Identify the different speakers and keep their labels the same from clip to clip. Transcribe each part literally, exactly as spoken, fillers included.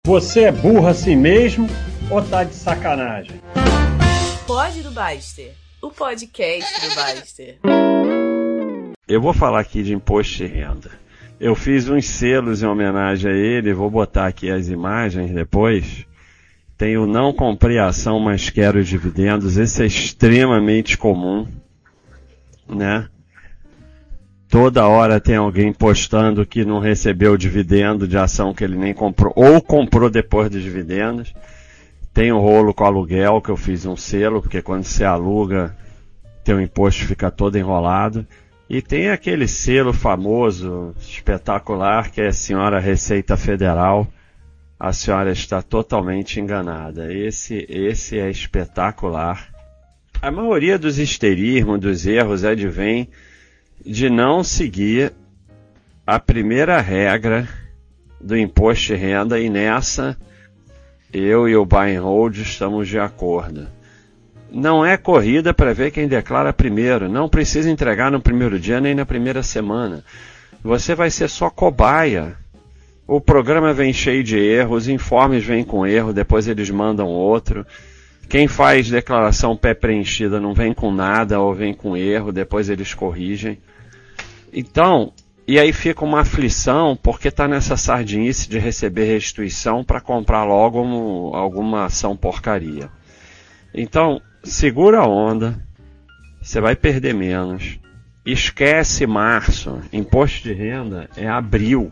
Speaker 1: Você é burro assim mesmo ou tá de sacanagem?
Speaker 2: Pod do Baster, o podcast do Baster.
Speaker 3: Eu vou falar aqui de imposto de renda. Eu fiz uns selos em homenagem a ele, vou botar aqui as imagens depois. Tem o não comprei a ação, mas quero os dividendos. Esse é extremamente comum, né? Toda hora tem alguém postando que não recebeu o dividendo de ação que ele nem comprou, ou comprou depois dos dividendos. Tem o rolo com aluguel, que eu fiz um selo, porque quando você aluga, teu imposto fica todo enrolado. E tem aquele selo famoso, espetacular, que é a senhora Receita Federal. A senhora está totalmente enganada. Esse, esse é espetacular. A maioria dos histerismos, dos erros, advém de não seguir a primeira regra do imposto de renda, e nessa eu e o Buy and Hold estamos de acordo. Não é corrida para ver quem declara primeiro, não precisa entregar no primeiro dia nem na primeira semana. Você vai ser só cobaia. O programa vem cheio de erros, os informes vêm com erro, depois eles mandam outro. Quem faz declaração pré-preenchida não vem com nada ou vem com erro, depois eles corrigem. Então, e aí fica uma aflição porque está nessa sardinice de receber restituição para comprar logo um, alguma ação porcaria. Então, segura a onda, você vai perder menos. Esquece março, imposto de renda é abril.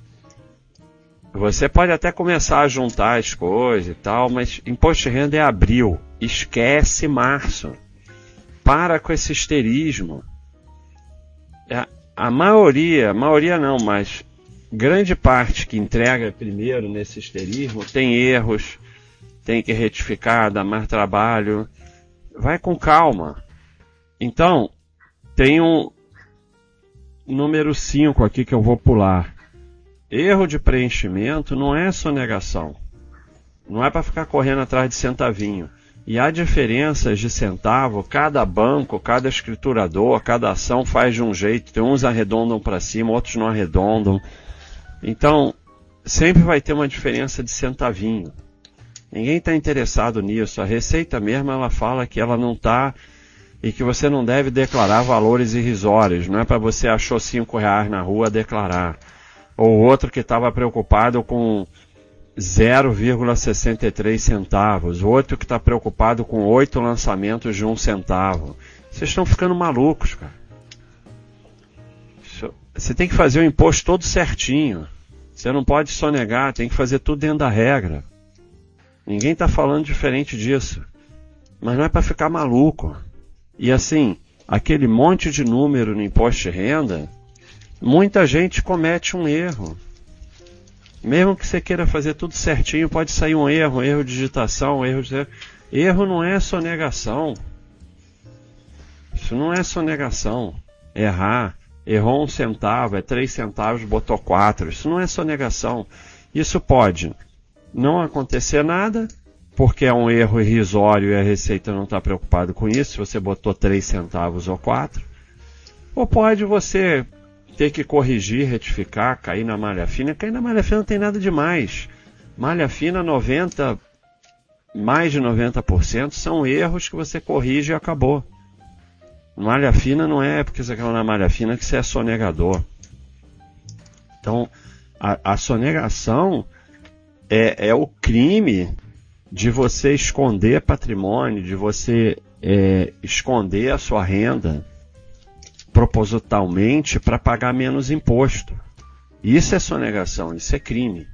Speaker 3: Você pode até começar a juntar as coisas e tal, mas imposto de renda é abril. Esquece março. Para com esse histerismo. A, a maioria, a maioria não, mas grande parte que entrega primeiro nesse histerismo tem erros, tem que retificar, dar mais trabalho. Vai com calma. Então, tem um número cinco aqui que eu vou pular. Erro de preenchimento não é sonegação. Não é para ficar correndo atrás de centavinho. E há diferenças de centavo, cada banco, cada escriturador, cada ação faz de um jeito. Tem uns arredondam para cima, outros não arredondam. Então, sempre vai ter uma diferença de centavinho. Ninguém está interessado nisso. A Receita mesmo, ela fala que ela não está e que você não deve declarar valores irrisórios. Não é para você achou cinco reais na rua declarar. Ou outro que estava preocupado com zero vírgula sessenta e três centavos, outro que está preocupado com oito lançamentos de um centavo. Vocês estão ficando malucos, cara. Você tem que fazer o imposto todo certinho. Você não pode sonegar, tem que fazer tudo dentro da regra. Ninguém está falando diferente disso. Mas não é para ficar maluco. E assim, aquele monte de número no imposto de renda, muita gente comete um erro. Mesmo que você queira fazer tudo certinho, pode sair um erro, um erro de digitação, um erro de... Erro não é sonegação. Isso não é sonegação. Errar. Errou um centavo, é três centavos, botou quatro. Isso não é sonegação. Isso pode não acontecer nada, porque é um erro irrisório e a Receita não está preocupada com isso, se você botou três centavos ou quatro. Ou pode você ter que corrigir, retificar, cair na malha fina. Cair na malha fina não tem nada demais. Malha fina, noventa, mais de noventa por cento são erros que você corrige e acabou. Malha fina não é porque você caiu na malha fina que você é sonegador. Então, a, a sonegação é, é o crime de você esconder patrimônio, de você é, esconder a sua renda propositalmente para pagar menos imposto. Isso é sonegação, isso é crime.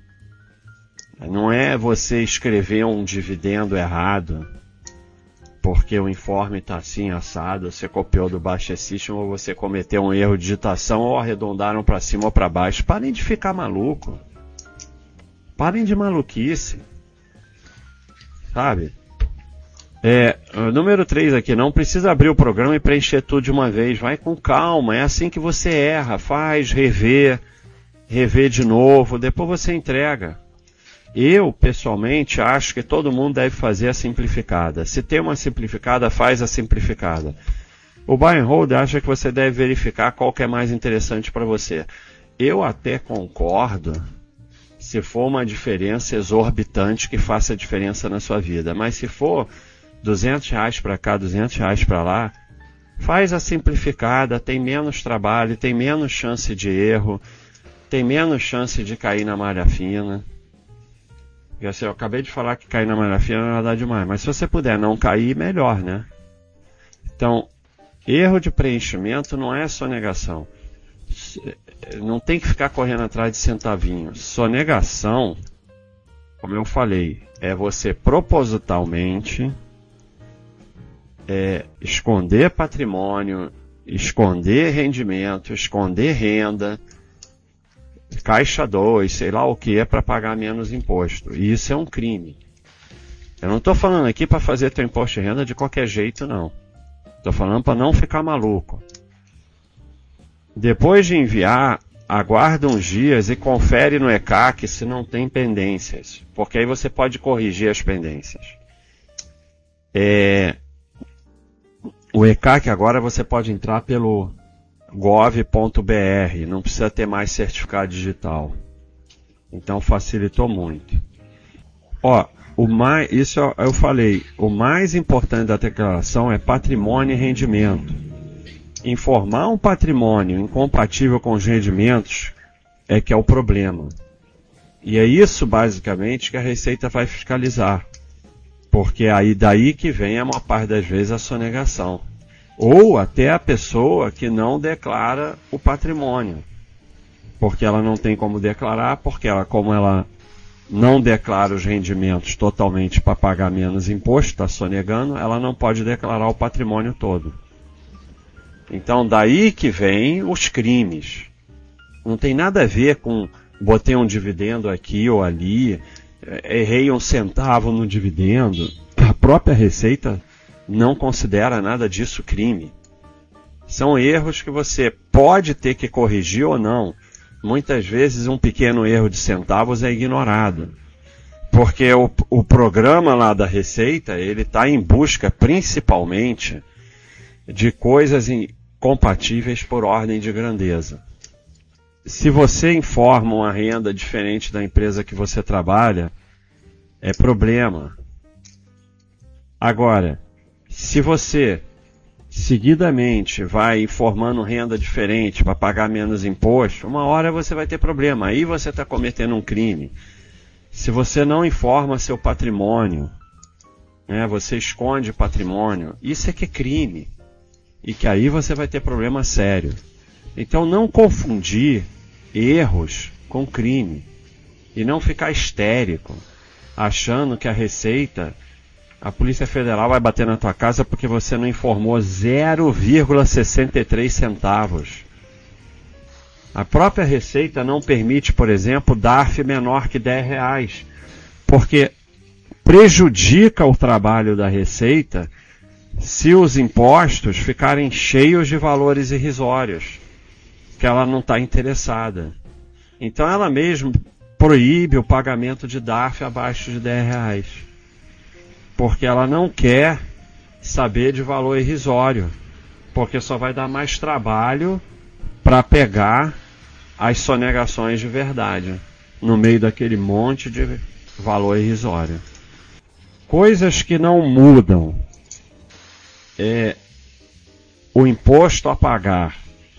Speaker 3: Não é você escrever um dividendo errado porque o informe está assim assado, você copiou do Baixa System, ou você cometeu um erro de digitação, ou arredondaram para cima ou para baixo. Parem de ficar maluco. Parem de maluquice. Sabe? É, número três aqui, não precisa abrir o programa e preencher tudo de uma vez, vai com calma, é assim que você erra, faz, rever, rever de novo, depois você entrega. Eu, pessoalmente, acho que todo mundo deve fazer a simplificada. Se tem uma simplificada, faz a simplificada. O Buy and Hold acha que você deve verificar qual que é mais interessante para você. Eu até concordo se for uma diferença exorbitante que faça diferença na sua vida. Mas se for duzentos reais para cá, duzentos reais para lá, faz a simplificada, tem menos trabalho, tem menos chance de erro, tem menos chance de cair na malha fina. E assim, eu acabei de falar que cair na malha fina não é nada demais, mas se você puder não cair, melhor, né? Então, erro de preenchimento não é sonegação. Não tem que ficar correndo atrás de centavinhos. Sonegação, como eu falei, é você propositalmente é, esconder patrimônio, esconder rendimento, esconder renda, caixa dois, sei lá o que, é para pagar menos imposto. E isso é um crime. Eu não estou falando aqui para fazer teu imposto de renda de qualquer jeito, não. Estou falando para não ficar maluco. Depois de enviar, aguarda uns dias e confere no E C A C se não tem pendências, porque aí você pode corrigir as pendências. É, o E C A C agora você pode entrar pelo gov ponto br, não precisa ter mais certificado digital. Então facilitou muito. Ó, o mais, isso eu falei, o mais importante da declaração é patrimônio e rendimento. Informar um patrimônio incompatível com os rendimentos é que é o problema. E é isso, basicamente, que a Receita vai fiscalizar. Porque aí daí que vem a maior parte das vezes a sonegação. Ou até a pessoa que não declara o patrimônio. Porque ela não tem como declarar, porque ela, como ela não declara os rendimentos totalmente para pagar menos imposto, está sonegando, ela não pode declarar o patrimônio todo. Então daí que vem os crimes. Não tem nada a ver com botei um dividendo aqui ou ali, errei um centavo no dividendo. A própria Receita não considera nada disso crime. São erros que você pode ter que corrigir ou não. Muitas vezes um pequeno erro de centavos é ignorado. Porque o, o programa lá da Receita, ele está em busca principalmente de coisas incompatíveis por ordem de grandeza. Se você informa uma renda diferente da empresa que você trabalha, é problema. Agora, se você seguidamente vai informando renda diferente para pagar menos imposto, uma hora você vai ter problema. Aí você está cometendo um crime. Se você não informa seu patrimônio, né, você esconde patrimônio, isso é que é crime. E que aí você vai ter problema sério. Então não confundir erros com crime. E não ficar histérico, achando que a Receita, a Polícia Federal vai bater na tua casa porque você não informou zero vírgula sessenta e três centavos. A própria Receita não permite, por exemplo, D A R F menor que dez reais. Porque prejudica o trabalho da Receita se os impostos ficarem cheios de valores irrisórios, que ela não está interessada. Então ela mesmo proíbe o pagamento de D A R F abaixo de dez reais, porque ela não quer saber de valor irrisório, porque só vai dar mais trabalho para pegar as sonegações de verdade, no meio daquele monte de valor irrisório. Coisas que não mudam. É, o imposto a pagar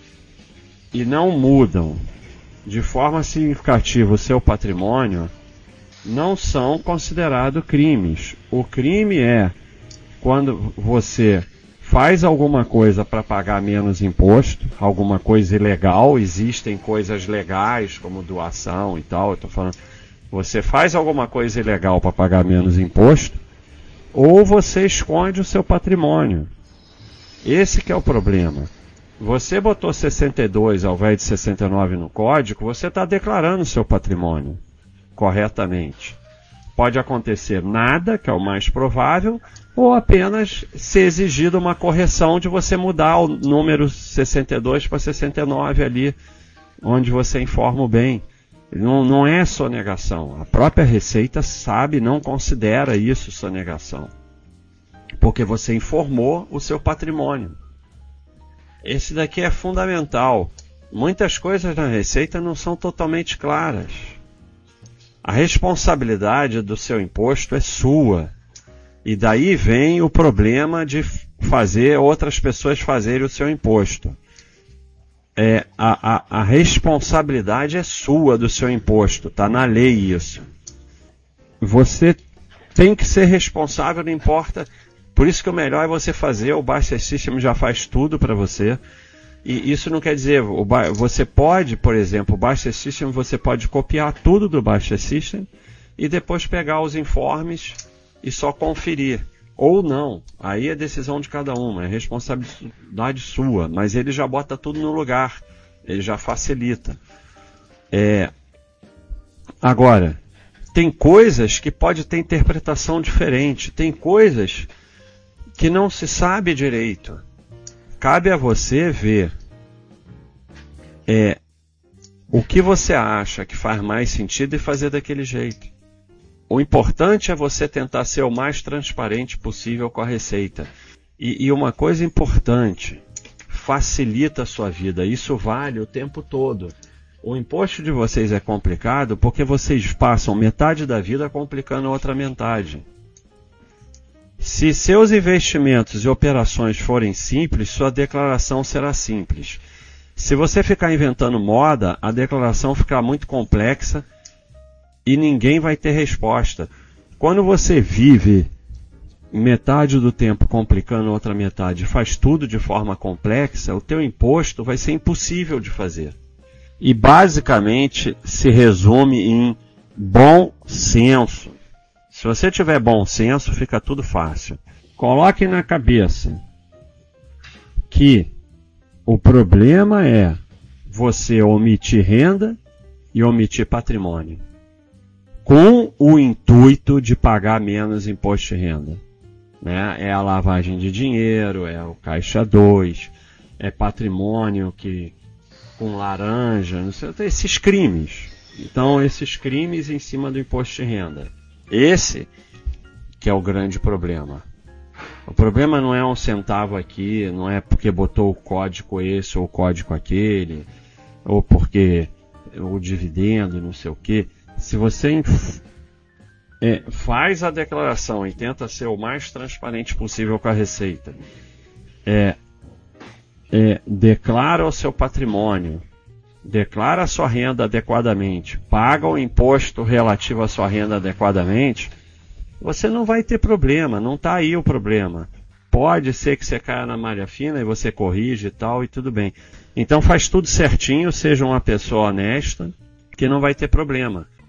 Speaker 3: e não mudam de forma significativa o seu patrimônio, não são considerados crimes. O crime é quando você faz alguma coisa para pagar menos imposto, alguma coisa ilegal. Existem coisas legais como doação e tal, eu tô falando, você faz alguma coisa ilegal para pagar menos imposto, ou você esconde o seu patrimônio. Esse que é o problema. Você botou sessenta e dois ao invés de sessenta e nove no código, você está declarando o seu patrimônio corretamente. Pode acontecer nada, que é o mais provável, ou apenas ser exigida uma correção de você mudar o número sessenta e dois para sessenta e nove ali, onde você informa o bem. Não, não é sonegação. A própria Receita sabe, não considera isso sonegação, porque você informou o seu patrimônio. Esse daqui é fundamental. Muitas coisas na Receita não são totalmente claras. A responsabilidade do seu imposto é sua. E daí vem o problema de fazer outras pessoas fazerem o seu imposto. É, a, a, a responsabilidade é sua do seu imposto, está na lei isso. Você tem que ser responsável, não importa. Por isso que o melhor é você fazer, o Baster System já faz tudo para você. E isso não quer dizer, o, você pode, por exemplo, o Baster System, você pode copiar tudo do Baster System e depois pegar os informes e só conferir. Ou não, aí é decisão de cada um, é responsabilidade sua, mas ele já bota tudo no lugar, ele já facilita. É... Agora, tem coisas que pode ter interpretação diferente, tem coisas que não se sabe direito. Cabe a você ver é, o que você acha que faz mais sentido e fazer daquele jeito. O importante é você tentar ser o mais transparente possível com a receita. E, e uma coisa importante, facilita a sua vida. Isso vale o tempo todo. O imposto de vocês é complicado porque vocês passam metade da vida complicando a outra metade. Se seus investimentos e operações forem simples, sua declaração será simples. Se você ficar inventando moda, a declaração ficará muito complexa e ninguém vai ter resposta. Quando você vive metade do tempo complicando a outra metade, faz tudo de forma complexa, o teu imposto vai ser impossível de fazer. E basicamente se resume em bom senso. Se você tiver bom senso, fica tudo fácil. Coloque na cabeça que o problema é você omitir renda e omitir patrimônio, com o intuito de pagar menos imposto de renda. Né? É a lavagem de dinheiro, é o caixa dois, é patrimônio que, com laranja, não sei, esses crimes. Então, esses crimes em cima do imposto de renda. Esse que é o grande problema. O problema não é um centavo aqui, não é porque botou o código esse ou o código aquele, ou porque o dividendo, não sei o quê. Se você é, faz a declaração e tenta ser o mais transparente possível com a receita, é, é, declara o seu patrimônio, declara a sua renda adequadamente, paga o imposto relativo à sua renda adequadamente, você não vai ter problema, não está aí o problema. Pode ser que você caia na malha fina e você corrige e tal, e tudo bem. Então faz tudo certinho, seja uma pessoa honesta, que não vai ter problema.